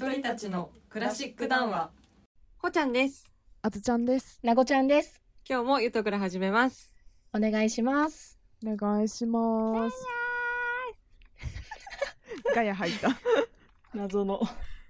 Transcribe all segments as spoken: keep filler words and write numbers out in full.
鳥たちのクラシック談話。 ほちゃんです。 あつちゃんです。 なごちゃんです。 今日もゆとくら始めます。 お願いします。 お願いします。ガヤ入った謎の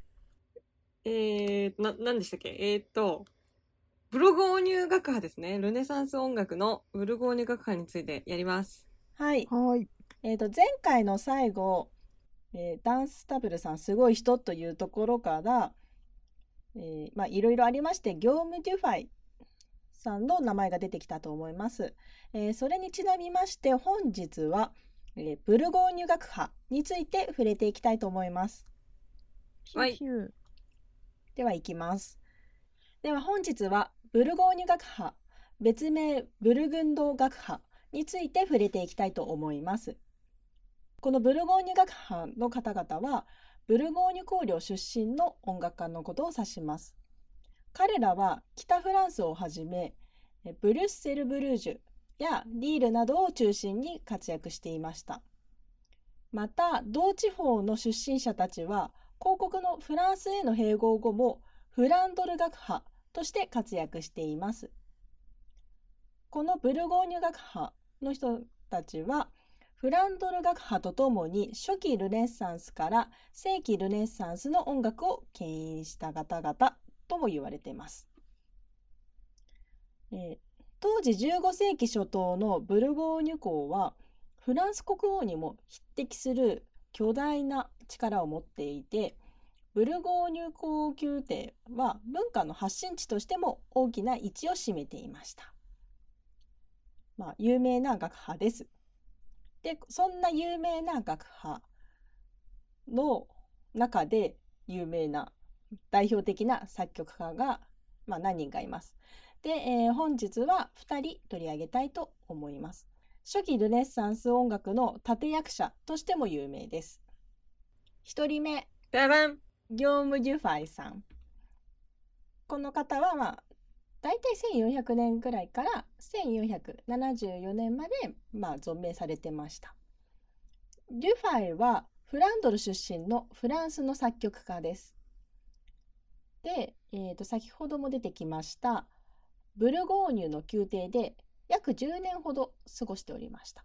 えーな何でしたっけ。えー、っとブルゴーニュ楽派ですね。ルネサンス音楽のブルゴーニュ楽派についてやります。 はい。 はい。 えっ、と前回の最後、えーダンスタブルさんすごい人というところから、えーまあいろいろありまして、ギョーム・デュファイさんの名前が出てきたと思います。えーそれにちなみまして本日は、えーブルゴーニュ楽派について触れていきたいと思います。 ヒューヒュー。 では行きます。では本日はブルゴーニュ楽派、別名ブルグンド楽派について触れていきたいと思います。このブルゴーニュ楽派の方々はブルゴーニュ公領出身の音楽家のことを指します。彼らは北フランスをはじめブリュッセル・ブルージュやリールなどを中心に活躍していました。また同地方の出身者たちは公国のフランスへの併合後もフランドル楽派として活躍しています。このブルゴーニュ楽派の人たちはフランドル楽派とともに初期ルネッサンスから世紀ルネッサンスの音楽を牽引した方々とも言われています。えー当時じゅうご世紀初頭のブルゴーニュ公はフランス国王にも匹敵する巨大な力を持っていて、ブルゴーニュ公宮廷は文化の発信地としても大きな位置を占めていました。まあ、有名な楽派です。で、そんな有名な楽派の中で有名な代表的な作曲家が、まあ、何人かいます。で、えー本日はふたり取り上げたいと思います。初期ルネッサンス音楽の立役者としても有名です。ひとりめ、 ババン。 ギョーム・デュファイさん。この方は、まあ、だいたいせんよんひゃくねんくらいからせんよんひゃくななじゅうよねんまで、まあ、存命されてました。デュファイはフランドル出身のフランスの作曲家です。で、えーと、先ほども出てきましたブルゴーニュの宮廷で約じゅうねんほど過ごしておりました。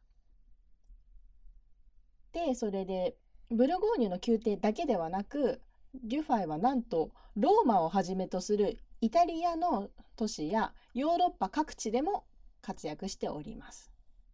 で、それでブルゴーニュの宮廷だけではなく、デュファイはなんとローマをはじめとするイタリアの都市やヨーロッパ各地でも活躍しております。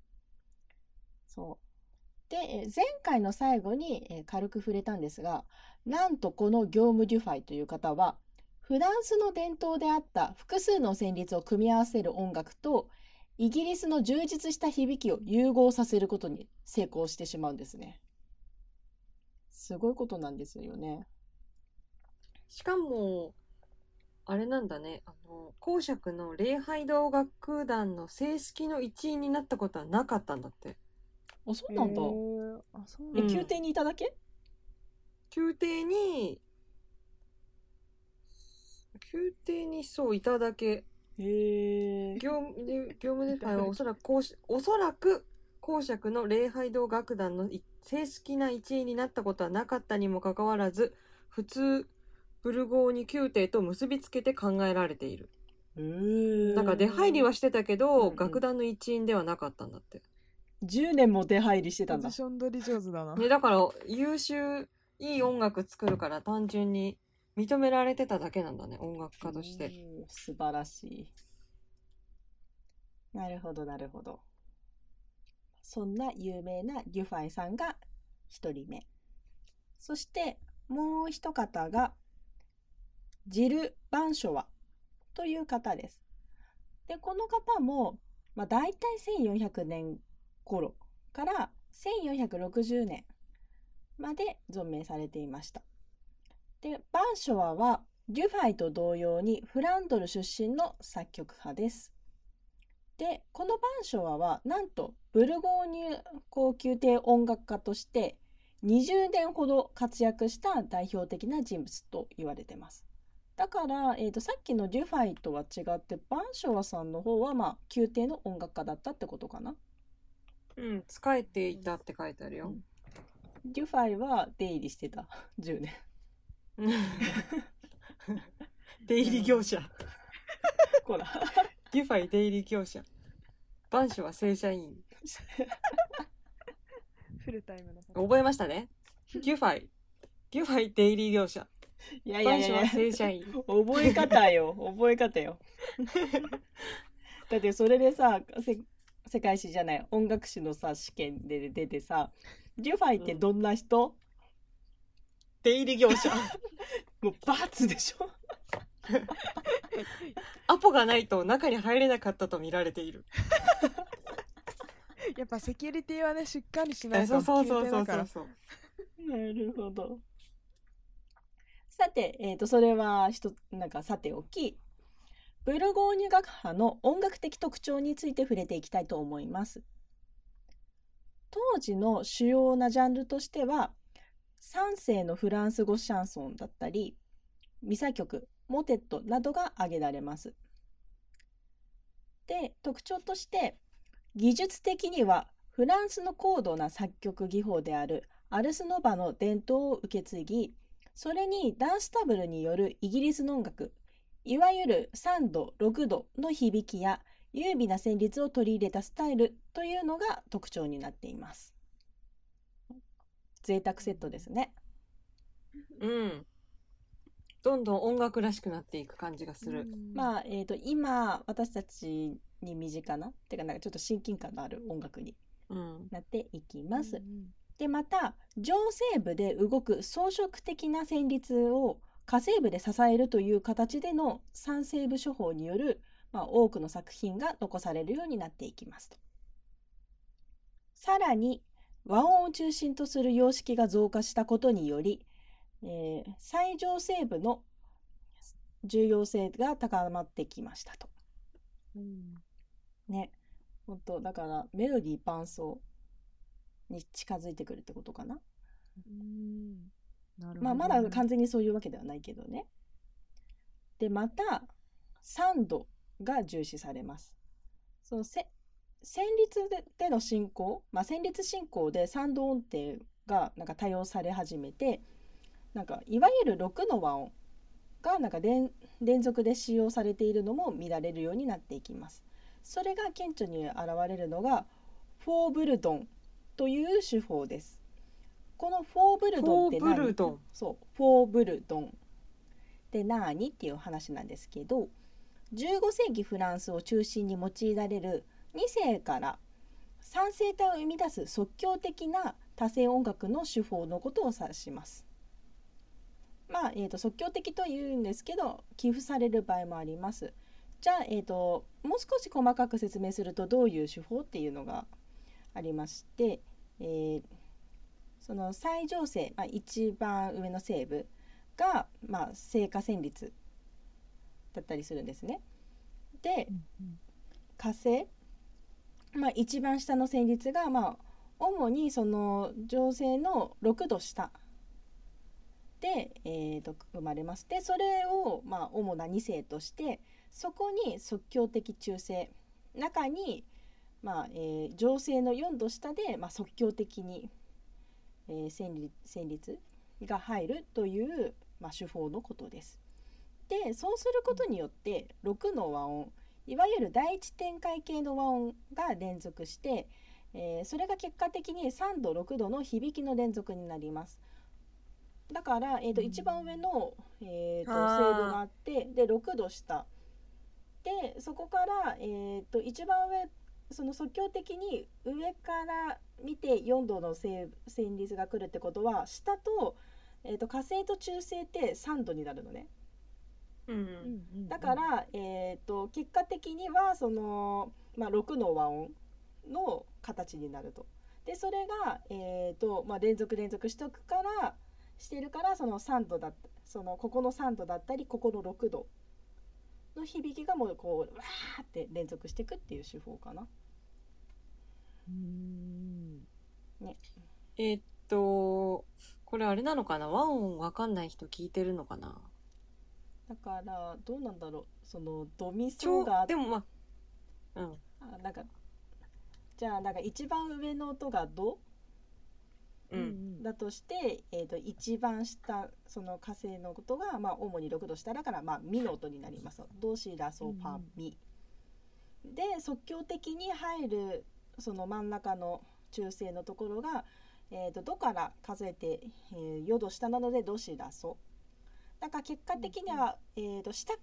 そうで、前回の最後に軽く触れたんですが、なんとこのギョーム・デュファイという方はフランスの伝統であった複数の旋律を組み合わせる音楽とイギリスの充実した響きを融合させることに成功してしまうんですね。すごいことなんですよね。 しかもあれなんだね。あの公爵の礼拝堂楽団の正式の一員になったことはなかったんだって。 あ、そうなんだ。 えー、あ、そうなんえ、 だ。 うん宮廷にいただけ？ 宮廷に宮廷にそういただけ。 へー。 業務で業務デファイはおそらく公おそらく公爵の礼拝堂楽団のい正式な一員になったことはなかったにもかかわらず、普通ブルゴーニュ宮廷と結びつけて考えられている。 うーん。 だから出入りはしてたけど、 うんうん楽団の一員ではなかったんだって。 じゅうねんも出入りしてたんだポジ。ション取り上手だな。 ね、だから優秀いい音楽作るから単純に認められてただけなんだね、音楽家として。 おー素晴らしい。なるほどなるほど。そんな有名なデュファイさんがひとりめ。そしてもう一方がジル・バンショワという方です。で、この方も、まあ、大体せんよんひゃくねん頃からせんよんひゃくろくじゅうねんまで存命されていました。で、バンショワはデュファイと同様にフランドル出身の作曲家です。で、このバンショワはなんとブルゴーニュ高級帝音楽家としてにじゅうねんほど活躍した代表的な人物と言われています。だから、えーと、さっきのデュファイとは違ってバンショワさんの方はまあ宮廷の音楽家だったってことかな。 うん、仕えていたって書いてあるよ。 デュファイは出入りしてたじゅうねん。 出入り業者。 ほらギュファイ出入り業者。バンショは正社員。 フルタイムの覚えましたね。ギュファイ。ギュファイ出入り業者。 いやいバンショはやいやいや正社員。 覚え方よ覚え方よだってそれでさせ世界史じゃない音楽史のさ試験で出てさギュファイってどんな人、 出入り業者。 もうバツでしょアポがないと中に入れなかったと見られている。 やっぱセキュリティはねしっかりしないとそうそうそう宮廷だからそうそうそう。 なるほど。さて、えーと、それは一つなんかさておき、ブルゴーニュ学派の音楽的特徴について触れていきたいと思います。当時の主要なジャンルとしては、三世のフランス語シャンソンだったり、ミサ曲、モテットなどが挙げられます。で、特徴として、技術的にはフランスの高度な作曲技法であるアルスノバの伝統を受け継ぎ、それにダンスタブルによるイギリスの音楽、いわゆるさんど、ろくどの響きや優美な旋律を取り入れたスタイルというのが特徴になっています。贅沢セットですね。 うん。どんどん音楽らしくなっていく感じがする。 まあ、えーと、今私たちに身近なてかなんかちょっと親近感のある音楽になっていきます。 うんうんでまた上声部で動く装飾的な旋律を下声部で支えるという形での三声部処方による、まあ、多くの作品が残されるようになっていきますと。さらに和音を中心とする様式が増加したことにより、えー、最上声部の重要性が高まってきましたと。 うんね、本当だからメロディー伴奏に近づいてくるってことかな。 うんなるほどね。 まあまだ完全にそういうわけではないけどね。でまたさんどが重視されます。そのせ旋律 で, での進行、まあ、旋律進行でさんど音程がなんか多用され始めて、なんかいわゆるろくの和音がなんか連連続で使用されているのも見られるようになっていきます。それが顕著に現れるのがフォーブルドンという手法です。このフォーブルドンって何？ フォーブルドン。 そう、フォーブルドンって何っていう話なんですけど、じゅうごせいきフランスを中心に用いられるにせいからさんせいたいを生み出す即興的な多声音楽の手法のことを指します。まあ、えーと、即興的というんですけど、寄付される場合もあります。じゃあ、えーと、もう少し細かく説明するとどういう手法っていうのがありまして、えー、その最上声、まあ、一番上の声部が、まあ、声下旋律だったりするんですね。で、下声、まあ、一番下の旋律が、まあ、主にその上声のろくど下で、えー、と生まれます。でそれを、まあ、主なにせいとして、そこに即興的中声、中に、まあえー、上声のよんど下で、まあ、即興的に、えー、旋律、旋律が入るという、まあ、手法のことです。でそうすることによってろくの和音、いわゆる第一展開系の和音が連続して、えー、それが結果的にさんどろくどの響きの連続になります。だから、えー、と一番上の、えー、と声部があって、でろくど下で、そこから、えー、と一番上、その即興的に上から見てよんどの旋律が来るってことは、下と、えー、と下声と中声ってさんどになるのね。 うん、 だから、えー、と結果的にはその、まあ、ろくの和音の形になると。でそれが、えーとまあ、連続連続しとくからしてるから、そのさんどだったそのここのさんどだったりここのろくどの響きがもうこうわーって連続していくっていう手法かな。 うーんね、 えーっとこれあれなのかな、和音わかんない人聞いてるのかな。 だからどうなんだろう、そのドミちょソがでもまあうんあなんかじゃあなんか一番上の音がドうんだだとして、えー、と一番下その火星のことが、まあ、主にろくど下だから、まあ、ミの音になります。ドシラソファミ、で即興的に入るその真ん中の中星のところが、えー、とドから数えて、えー、よど下なのでドシラソだから結果的には、えー、と下から、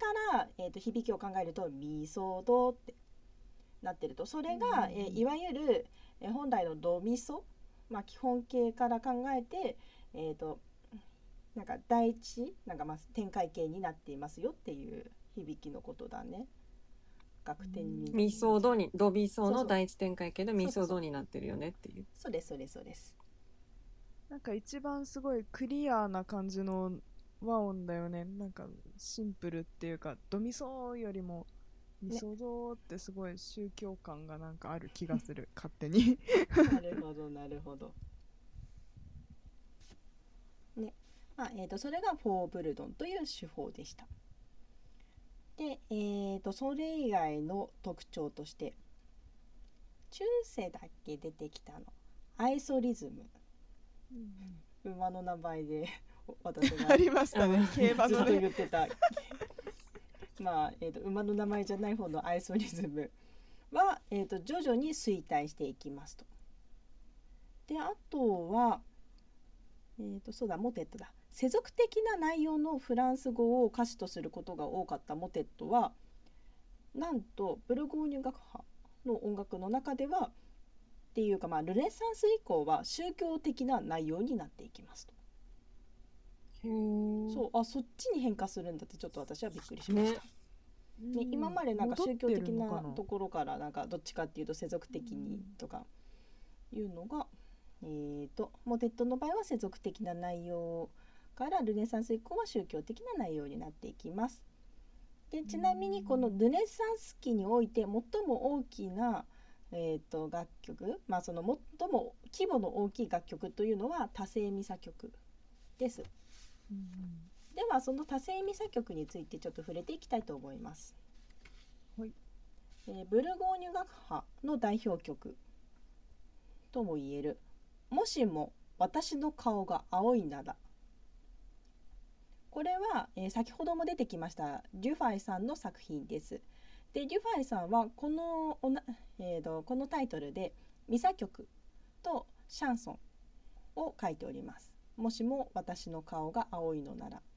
えー、と響きを考えるとミソドってなってると、それが、えー、いわゆる、えー、本来のドミソ、まあ、基本形から考えて、えー、となんか第一なんかまあ展開形になっていますよっていう響きのことだね。楽天にミソドにドビソそうそうの第一展開形でミソそうそうドになってるよねっていう。 そうですそうですそうです。 なんか一番すごいクリアな感じの和音だよね。なんかシンプルっていうか、ドミソよりもミソドってすごい宗教感がなんかある気がする、勝手に。 なるほどなるほど。ね、まあえー、とそれがフォーブルドンという手法でした。で、えー、とそれ以外の特徴として中世だっけ出てきたのアイソリズム、うん、馬の名前で私がありましたね、競馬ずっとのね。 言ってたまあ、えー、と馬の名前じゃない方のアイソリズムは、えー、と徐々に衰退していきますと。であとは、えー、とそうだモテットだ世俗的な内容のフランス語を歌詞とすることが多かったモテットはなんとブルゴーニュ学派の音楽の中ではっていうか、まあ、ルネサンス以降は宗教的な内容になっていきますと。 へーそうあそっちに変化するんだってちょっと私はびっくりしました、 ねね、今までなんか宗教的な戻ってるのかところからなんかどっちかっていうと世俗的にとかいうのが、えー、とモテットの場合は世俗的な内容からルネサンス以降は宗教的な内容になっていきます。でちなみにこのルネサンス期において最も大きな、えー、と楽曲、まあ、その最も規模の大きい楽曲というのは多声ミサ曲です。 うんではその多声ミサ曲についてちょっと触れていきたいと思います。 はいえーブルゴーニュ学派の代表曲とも言えるもしも私の顔が青いなら、これは、えー先ほども出てきましたデュファイさんの作品です。でデュファイさんはこの、おなえーと、このタイトルでミサ曲とシャンソンを書いております。もしも私の顔が青いのなら。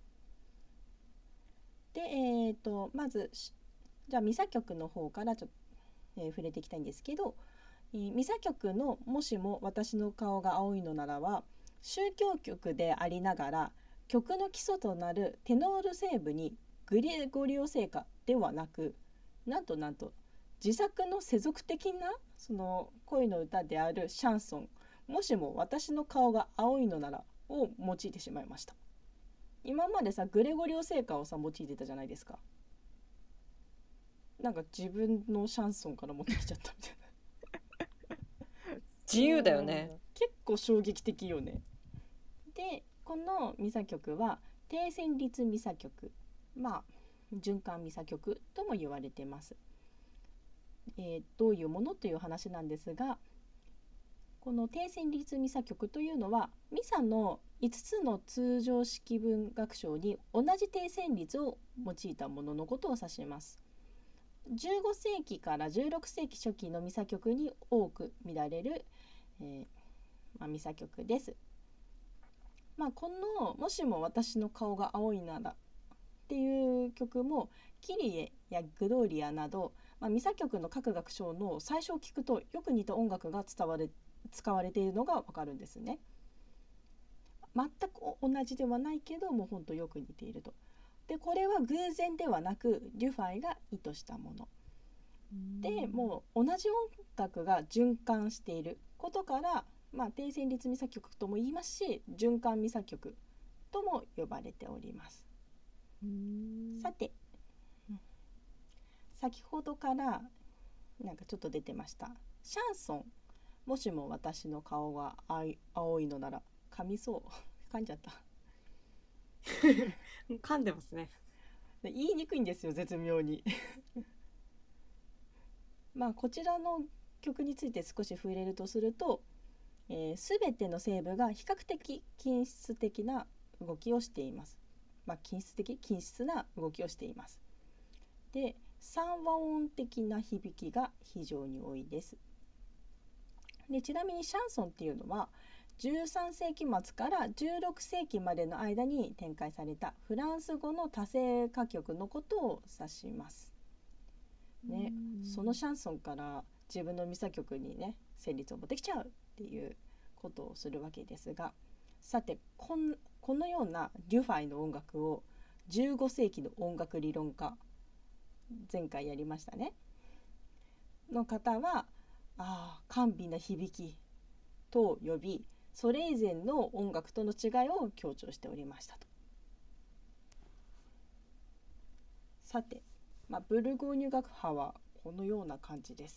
で、えーと、まずじゃあミサ曲の方からちょっと、えー触れていきたいんですけど、えーミサ曲のもしも私の顔が青いのならは宗教曲でありながら曲の基礎となるテノール声部にグレゴリオ聖歌ではなく、なんとなんと自作の世俗的なその恋の歌であるシャンソンもしも私の顔が青いのならを用いてしまいました。今までさグレゴリオ聖歌をさ用いてたじゃないですか。なんか自分のシャンソンから持ってきちゃったみたいな自由だよね。 結構衝撃的よね。でこのミサ曲は低旋律ミサ曲、まあ循環ミサ曲とも言われています。えー、どういうものという話なんですが、この低旋律ミサ曲というのはミサのいつつの通常式文楽章に同じ低旋律を用いたもののことを指します。じゅうごせいきからじゅうろくせいき初期のミサ曲に多く見られる、えーまあ、ミサ曲です。まあ、このもしも私の顔が青いならっていう曲もキリエやグローリアなど、まあ、ミサ曲の各楽章の最初を聞くとよく似た音楽が伝われ使われているのがわかるんですね。全く同じではないけどもうほんとよく似ていると。でこれは偶然ではなくデュファイが意図したもので、もう同じ音楽が循環していることから、まあ、低旋律ミサ曲とも言いますし循環ミサ曲とも呼ばれております。さて先ほどからなんかちょっと出てましたシャンソン、もしも私の顔が青いのなら、噛みそう噛んじゃった噛んでますね。 言いにくいんですよ絶妙にまあこちらの曲について少し触れるとすると、 えー、全ての声部が比較的均質的な動きをしています。まあ、均質的均質な動きをしています。で、三和音的な響きが非常に多いです。で、ちなみにシャンソンっていうのはじゅうさんせいき末からじゅうろくせいきまでの間に展開されたフランス語の多声歌曲のことを指します。ね、そのシャンソンから自分のミサ曲にね旋律を持ってきちゃうっていうことをするわけですが、さてこんこのようなデュファイの音楽をじゅうごせいきの音楽理論家、前回やりましたねの方は、ああ甘美な響きと呼び、それ以前の音楽との違いを強調しておりましたと。さて、まあ、ブルゴーニュ学派はこのような感じです。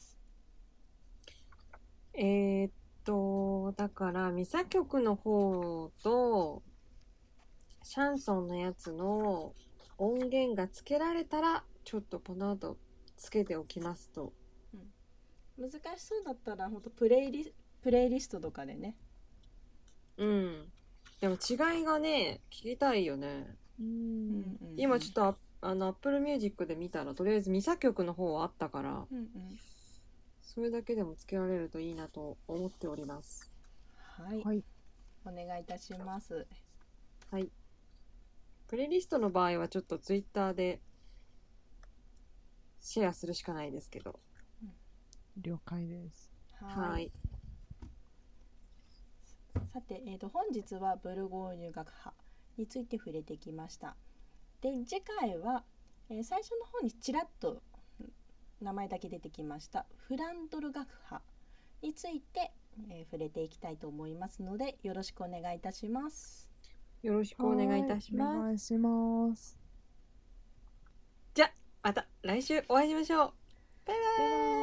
えー、っとだからミサ曲の方とシャンソンのやつの音源がつけられたらちょっとこの後つけておきますと、 うん、難しそうだったらほんとプレイリプレイリストとかでね。 うん。でも違いがね聞きたいよね。 うん、 今ちょっとああの Apple Music で見たらとりあえずミサ曲の方はあったから、 うんうん、 それだけでもつけられるといいなと思っております。 はい、はい、お願いいたします。 はい。プレイリストの場合はちょっと Twitter でシェアするしかないですけど、 うん、了解です。 はい、はい。 さて、えーと、本日はブルゴーニュ学派について触れてきました。で、次回は、えー、最初の方にちらっと名前だけ出てきましたフランドル学派について、えー、触れていきたいと思いますので、よろしくお願いいたします。 よろしくお願いいたします。 お願いします。 じゃあまた来週お会いしましょう。バイバイ。